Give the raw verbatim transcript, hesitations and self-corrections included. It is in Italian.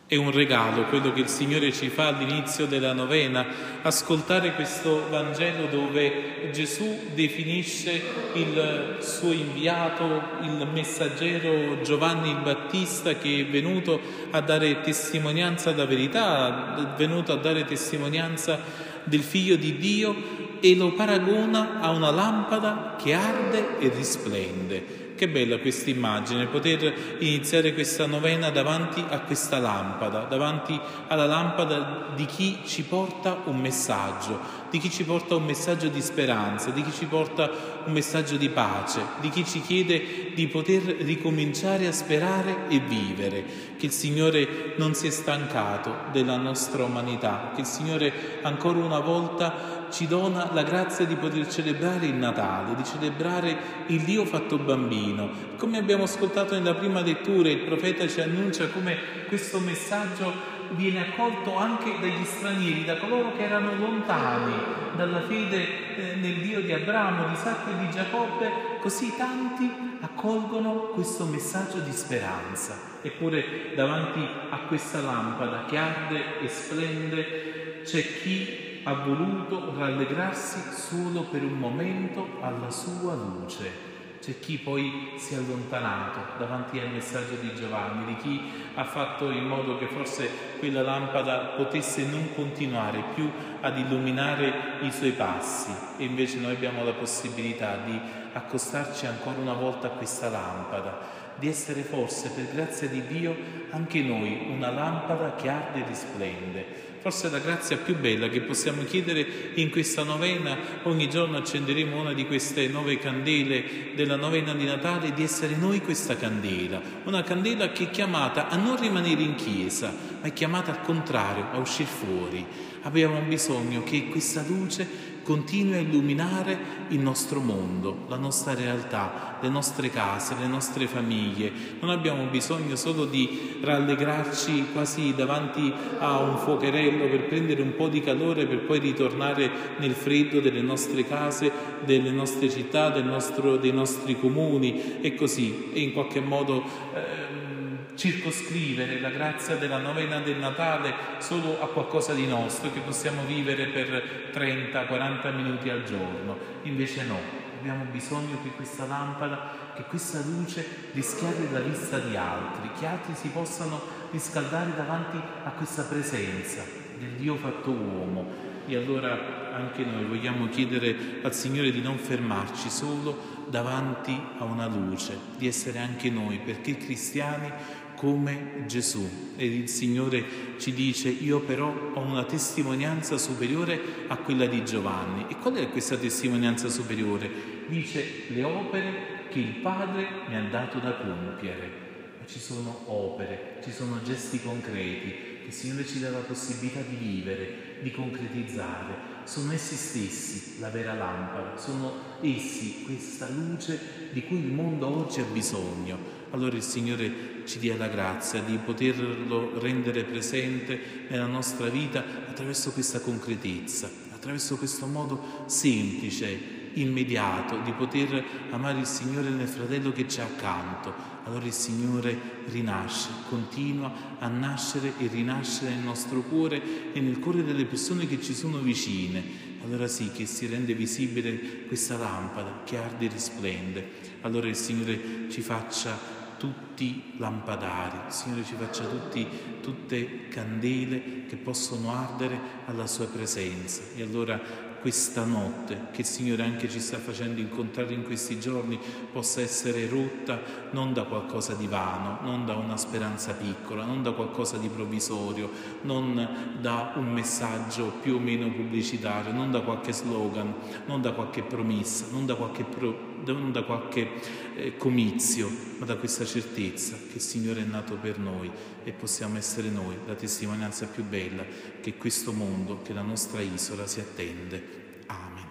È un regalo quello che il Signore ci fa all'inizio della novena, ascoltare questo Vangelo dove Gesù definisce il suo inviato, il messaggero Giovanni il Battista, che è venuto a dare testimonianza della verità, è venuto a dare testimonianza del Figlio di Dio, e lo paragona a una lampada che arde e risplende. Che bella questa immagine, poter iniziare questa novena davanti a questa lampada, davanti alla lampada di chi ci porta un messaggio, di chi ci porta un messaggio di speranza, di chi ci porta un messaggio di pace, di chi ci chiede di poter ricominciare a sperare e vivere, che il Signore non si è stancato della nostra umanità, che il Signore ancora una volta ci dona la grazia di poter celebrare il Natale, di celebrare il Dio fatto bambino. Come abbiamo ascoltato nella prima lettura, il profeta ci annuncia come questo messaggio viene accolto anche dagli stranieri, da coloro che erano lontani dalla fede eh, nel Dio di Abramo, di Isacco e di Giacobbe. Così tanti accolgono questo messaggio di speranza. Eppure davanti a questa lampada che arde e splende c'è chi ha voluto rallegrarsi solo per un momento alla sua luce. C'è chi poi si è allontanato davanti al messaggio di Giovanni, di chi ha fatto in modo che forse quella lampada potesse non continuare più ad illuminare i suoi passi, e invece noi abbiamo la possibilità di accostarci ancora una volta a questa lampada, di essere forse, per grazia di Dio, anche noi una lampada che arde e risplende. Forse la grazia più bella che possiamo chiedere in questa novena. Ogni giorno accenderemo una di queste nove candele della novena di Natale, di essere noi questa candela, una candela che è chiamata a non rimanere in chiesa, ma è chiamata al contrario a uscire fuori. Abbiamo bisogno che questa luce continui a illuminare il nostro mondo, la nostra realtà, le nostre case, le nostre famiglie. Non abbiamo bisogno solo di rallegrarci quasi davanti a un fuocherello per prendere un po' di calore, per poi ritornare nel freddo delle nostre case, delle nostre città, del nostro, dei nostri comuni, e così, e in qualche modo eh, circoscrivere la grazia della novena del Natale solo a qualcosa di nostro che possiamo vivere per trenta quaranta minuti al giorno. Invece no, abbiamo bisogno che questa lampada, che questa luce rischiari la vista di altri, che altri si possano riscaldare davanti a questa presenza del Dio fatto uomo. E allora anche noi vogliamo chiedere al Signore di non fermarci solo davanti a una luce, di essere anche noi, perché cristiani, come Gesù. E il Signore ci dice: io però ho una testimonianza superiore a quella di Giovanni. E qual è questa testimonianza superiore? Dice: le opere che il Padre mi ha dato da compiere. Ma ci sono opere, ci sono gesti concreti che il Signore ci dà la possibilità di vivere, di concretizzare. Sono essi stessi la vera lampada, sono essi questa luce di cui il mondo oggi ha bisogno. Allora il Signore ci dia la grazia di poterlo rendere presente nella nostra vita attraverso questa concretezza, attraverso questo modo semplice, immediato, di poter amare il Signore nel fratello che c'è accanto. Allora il Signore rinasce, continua a nascere e rinascere nel nostro cuore e nel cuore delle persone che ci sono vicine. Allora sì che si rende visibile questa lampada che arde e risplende. Allora il Signore ci faccia tutti lampadari, il Signore ci faccia tutti, tutte candele che possono ardere alla sua presenza. E allora questa notte che il Signore anche ci sta facendo incontrare in questi giorni possa essere rotta non da qualcosa di vano, non da una speranza piccola, non da qualcosa di provvisorio, non da un messaggio più o meno pubblicitario, non da qualche slogan, non da qualche promessa, non da qualche, pro, non da qualche eh, comizio, ma da questa certezza che il Signore è nato per noi e possiamo essere noi la testimonianza più bella che questo mondo, che la nostra isola si attende. Amen.